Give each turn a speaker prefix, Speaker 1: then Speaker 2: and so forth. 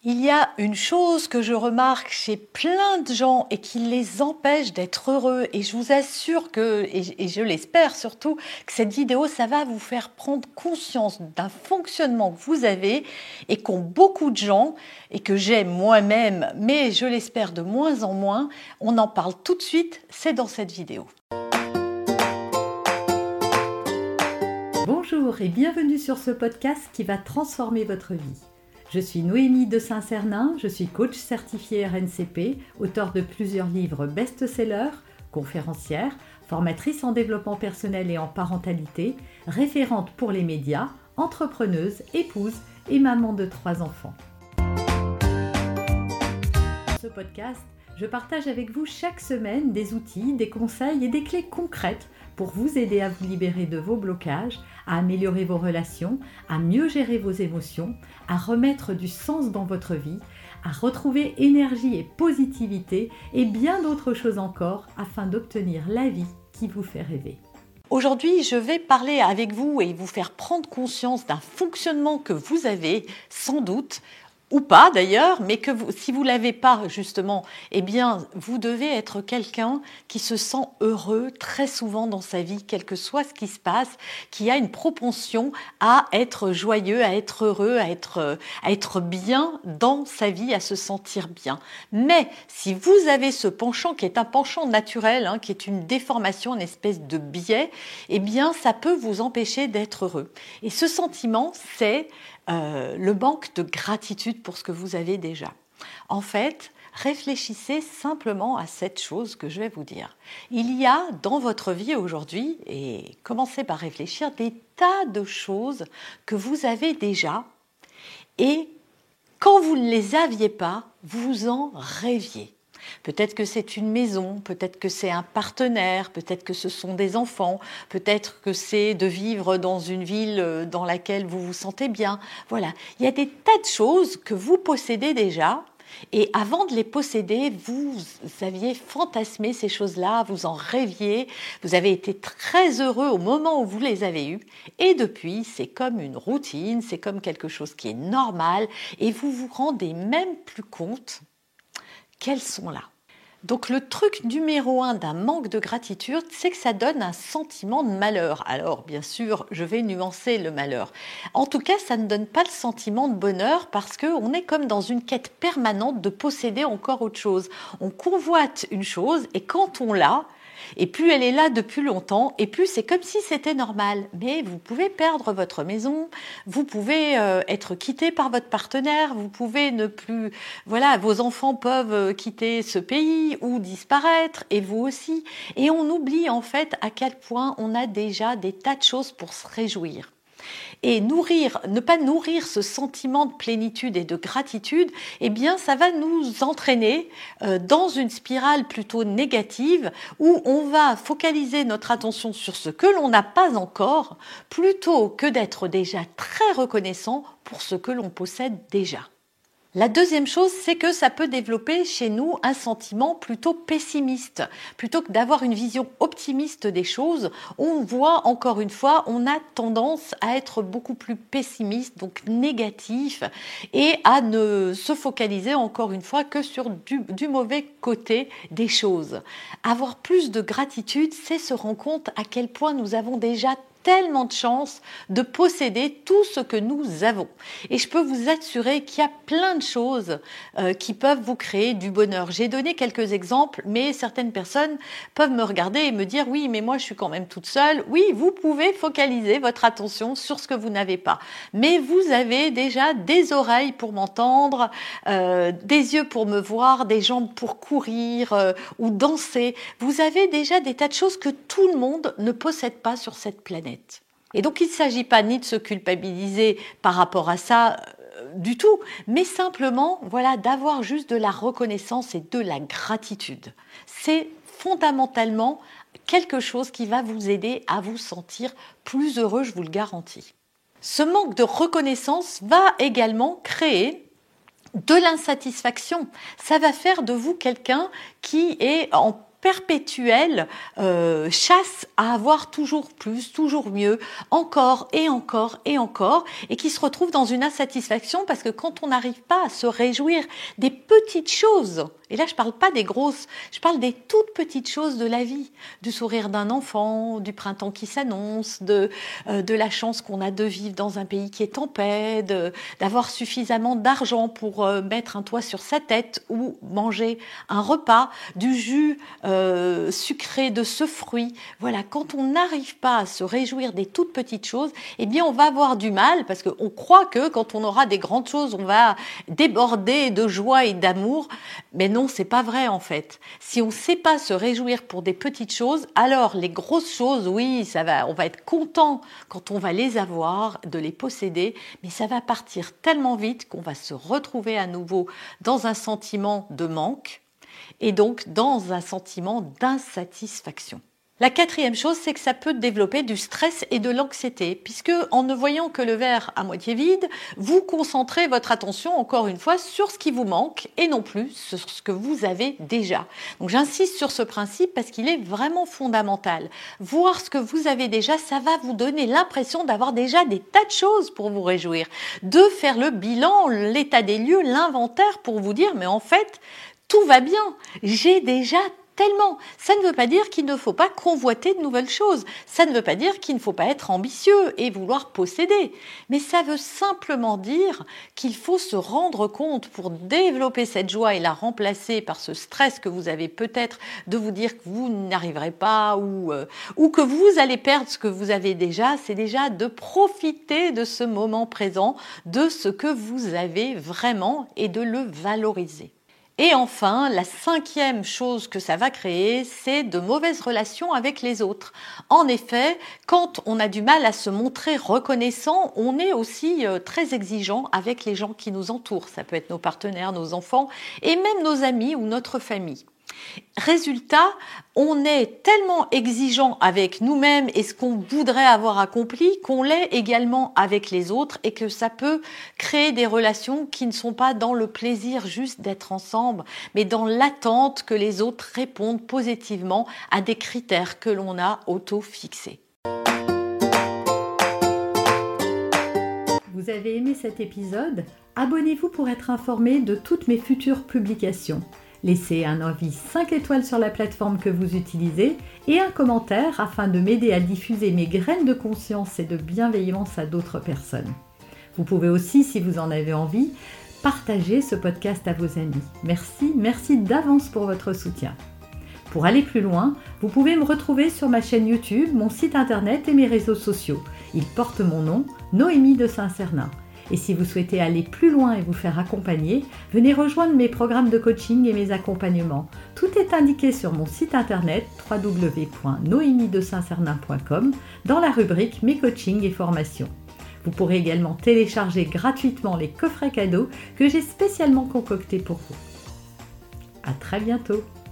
Speaker 1: Il y a une chose que je remarque chez plein de gens et qui les empêche d'être heureux. Et je vous assure que, et je l'espère surtout, que cette vidéo, ça va vous faire prendre conscience d'un fonctionnement que vous avez et qu'ont beaucoup de gens et que j'ai moi-même, mais je l'espère de moins en moins. On en parle tout de suite, c'est dans cette vidéo.
Speaker 2: Bonjour et bienvenue sur ce podcast qui va transformer votre vie. Je suis Noémie de Saint-Cernin, je suis coach certifiée RNCP, auteure de plusieurs livres best-sellers, conférencière, formatrice en développement personnel et en parentalité, référente pour les médias, entrepreneuse, épouse et maman de 3 enfants. Dans ce podcast, je partage avec vous chaque semaine des outils, des conseils et des clés concrètes pour vous aider à vous libérer de vos blocages, à améliorer vos relations, à mieux gérer vos émotions, à remettre du sens dans votre vie, à retrouver énergie et positivité et bien d'autres choses encore afin d'obtenir la vie qui vous fait rêver.
Speaker 1: Aujourd'hui, je vais parler avec vous et vous faire prendre conscience d'un fonctionnement que vous avez sans doute, ou pas d'ailleurs, mais que si vous ne l'avez pas justement, eh bien vous devez être quelqu'un qui se sent heureux très souvent dans sa vie, quel que soit ce qui se passe, qui a une propension à être joyeux, à être heureux, à être bien dans sa vie, à se sentir bien. Mais si vous avez ce penchant qui est un penchant naturel, qui est une déformation, une espèce de biais, eh bien ça peut vous empêcher d'être heureux. Et ce sentiment, c'est le manque de gratitude pour ce que vous avez déjà. En fait, réfléchissez simplement à cette chose que je vais vous dire. Il y a dans votre vie aujourd'hui, et commencez par réfléchir, des tas de choses que vous avez déjà et quand vous ne les aviez pas, vous en rêviez. Peut-être que c'est une maison, peut-être que c'est un partenaire, peut-être que ce sont des enfants, peut-être que c'est de vivre dans une ville dans laquelle vous vous sentez bien. Voilà, il y a des tas de choses que vous possédez déjà et avant de les posséder, vous aviez fantasmé ces choses-là, vous en rêviez, vous avez été très heureux au moment où vous les avez eues et depuis, c'est comme une routine, c'est comme quelque chose qui est normal et vous vous rendez même plus compte qu'elles sont là. Donc le truc numéro 1 d'un manque de gratitude, c'est que ça donne un sentiment de malheur. Alors bien sûr, je vais nuancer le malheur. En tout cas, ça ne donne pas le sentiment de bonheur parce qu'on est comme dans une quête permanente de posséder encore autre chose. On convoite une chose et quand on l'a, et plus elle est là depuis longtemps, et plus c'est comme si c'était normal. Mais vous pouvez perdre votre maison, vous pouvez être quitté par votre partenaire, vous pouvez ne plus... Voilà, vos enfants peuvent quitter ce pays ou disparaître, et vous aussi. Et on oublie en fait à quel point on a déjà des tas de choses pour se réjouir. Et ne pas nourrir ce sentiment de plénitude et de gratitude, eh bien, ça va nous entraîner dans une spirale plutôt négative où on va focaliser notre attention sur ce que l'on n'a pas encore plutôt que d'être déjà très reconnaissant pour ce que l'on possède déjà. La deuxième chose, c'est que ça peut développer chez nous un sentiment plutôt pessimiste. Plutôt que d'avoir une vision optimiste des choses, on voit encore une fois, on a tendance à être beaucoup plus pessimiste, donc négatif, et à ne se focaliser encore une fois que sur du mauvais côté des choses. Avoir plus de gratitude, c'est se rendre compte à quel point nous avons déjà tellement de chance de posséder tout ce que nous avons. Et je peux vous assurer qu'il y a plein de choses qui peuvent vous créer du bonheur. J'ai donné quelques exemples, mais certaines personnes peuvent me regarder et me dire « Oui, mais moi, je suis quand même toute seule. » Oui, vous pouvez focaliser votre attention sur ce que vous n'avez pas. Mais vous avez déjà des oreilles pour m'entendre, des yeux pour me voir, des jambes pour courir ou danser. Vous avez déjà des tas de choses que tout le monde ne possède pas sur cette planète. Et donc, il ne s'agit pas ni de se culpabiliser par rapport à ça du tout, mais simplement d'avoir juste de la reconnaissance et de la gratitude. C'est fondamentalement quelque chose qui va vous aider à vous sentir plus heureux, je vous le garantis. Ce manque de reconnaissance va également créer de l'insatisfaction. Ça va faire de vous quelqu'un qui est en perpétuelle chasse à avoir toujours plus, toujours mieux, encore et encore et encore, et qui se retrouve dans une insatisfaction parce que quand on n'arrive pas à se réjouir des petites choses, et là je parle pas des grosses, je parle des toutes petites choses de la vie, du sourire d'un enfant, du printemps qui s'annonce, de la chance qu'on a de vivre dans un pays qui est en paix, d'avoir suffisamment d'argent pour mettre un toit sur sa tête ou manger un repas, du jus sucré de ce fruit. Voilà, quand on n'arrive pas à se réjouir des toutes petites choses, eh bien on va avoir du mal parce qu'on croit que quand on aura des grandes choses, on va déborder de joie et d'amour. Mais non, c'est pas vrai en fait. Si on ne sait pas se réjouir pour des petites choses, alors les grosses choses, oui, on va être content quand on va les avoir, de les posséder, mais ça va partir tellement vite qu'on va se retrouver à nouveau dans un sentiment de manque et donc dans un sentiment d'insatisfaction. La quatrième chose, c'est que ça peut développer du stress et de l'anxiété, puisque en ne voyant que le verre à moitié vide, vous concentrez votre attention, encore une fois, sur ce qui vous manque et non plus sur ce que vous avez déjà. Donc j'insiste sur ce principe parce qu'il est vraiment fondamental. Voir ce que vous avez déjà, ça va vous donner l'impression d'avoir déjà des tas de choses pour vous réjouir, de faire le bilan, l'état des lieux, l'inventaire pour vous dire, mais en fait, tout va bien, j'ai déjà tellement. Ça ne veut pas dire qu'il ne faut pas convoiter de nouvelles choses. Ça ne veut pas dire qu'il ne faut pas être ambitieux et vouloir posséder. Mais ça veut simplement dire qu'il faut se rendre compte pour développer cette joie et la remplacer par ce stress que vous avez peut-être de vous dire que vous n'arriverez pas ou que vous allez perdre ce que vous avez déjà. C'est déjà de profiter de ce moment présent, de ce que vous avez vraiment et de le valoriser. Et enfin, la cinquième chose que ça va créer, c'est de mauvaises relations avec les autres. En effet, quand on a du mal à se montrer reconnaissant, on est aussi très exigeant avec les gens qui nous entourent. Ça peut être nos partenaires, nos enfants et même nos amis ou notre famille. Résultat, on est tellement exigeant avec nous-mêmes et ce qu'on voudrait avoir accompli qu'on l'est également avec les autres et que ça peut créer des relations qui ne sont pas dans le plaisir juste d'être ensemble, mais dans l'attente que les autres répondent positivement à des critères que l'on a auto-fixés.
Speaker 2: Vous avez aimé cet épisode ? Abonnez-vous pour être informé de toutes mes futures publications. Laissez un avis 5 étoiles sur la plateforme que vous utilisez et un commentaire afin de m'aider à diffuser mes graines de conscience et de bienveillance à d'autres personnes. Vous pouvez aussi, si vous en avez envie, partager ce podcast à vos amis. Merci d'avance pour votre soutien. Pour aller plus loin, vous pouvez me retrouver sur ma chaîne YouTube, mon site internet et mes réseaux sociaux. Ils portent mon nom, Noémie de Saint-Cernin. Et si vous souhaitez aller plus loin et vous faire accompagner, venez rejoindre mes programmes de coaching et mes accompagnements. Tout est indiqué sur mon site internet www.noemidesintcernin.com dans la rubrique Mes coachings et formations. Vous pourrez également télécharger gratuitement les coffrets cadeaux que j'ai spécialement concoctés pour vous. À très bientôt!